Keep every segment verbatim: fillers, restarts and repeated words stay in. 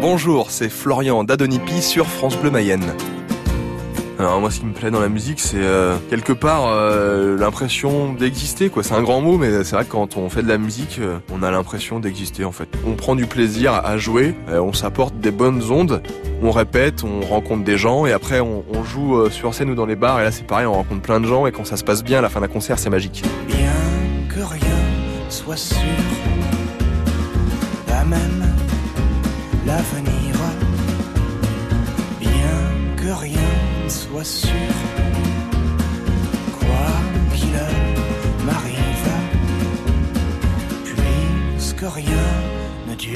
Bonjour, c'est Florian d'Adonipi sur France Bleu Mayenne. Alors moi, ce qui me plaît dans la musique, c'est euh, quelque part euh, l'impression d'exister, quoi. C'est un grand mot, mais c'est vrai que quand on fait de la musique, euh, on a l'impression d'exister en fait. On prend du plaisir à jouer, euh, on s'apporte des bonnes ondes, on répète, on rencontre des gens et après on, on joue euh, sur scène ou dans les bars et là c'est pareil, on rencontre plein de gens et quand ça se passe bien à la fin d'un concert, c'est magique. Bien que rien soit sûr, pas même l'avenir, bien que rien soit sûr, quoi qu'il m'arrive, puisque rien ne dure,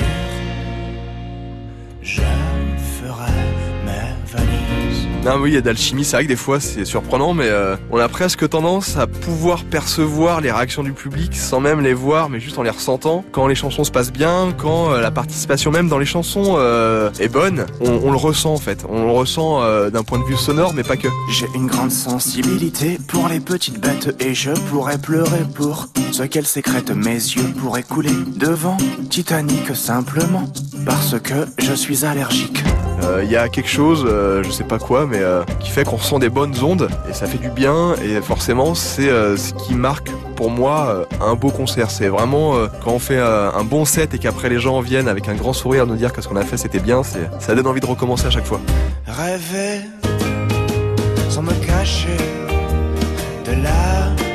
je ferai mes valises. Non oui, il y a d'alchimie, c'est vrai que des fois c'est surprenant, mais euh, on a presque tendance à pouvoir percevoir les réactions du public sans même les voir, mais juste en les ressentant. Quand les chansons se passent bien, quand euh, la participation même dans les chansons euh, est bonne, on, on le ressent en fait. On le ressent euh, d'un point de vue sonore, mais pas que. J'ai une grande sensibilité pour les petites bêtes et je pourrais pleurer pour ce qu'elles sécrètent. Mes yeux pourraient couler devant Titanic simplement parce que je suis allergique. Il euh, y a quelque chose, euh, je sais pas quoi, mais euh, qui fait qu'on ressent des bonnes ondes et ça fait du bien et forcément c'est euh, ce qui marque pour moi euh, un beau concert. C'est vraiment euh, quand on fait euh, un bon set et qu'après les gens viennent avec un grand sourire nous dire que ce qu'on a fait c'était bien, c'est, ça donne envie de recommencer à chaque fois. Rêver sans me cacher de la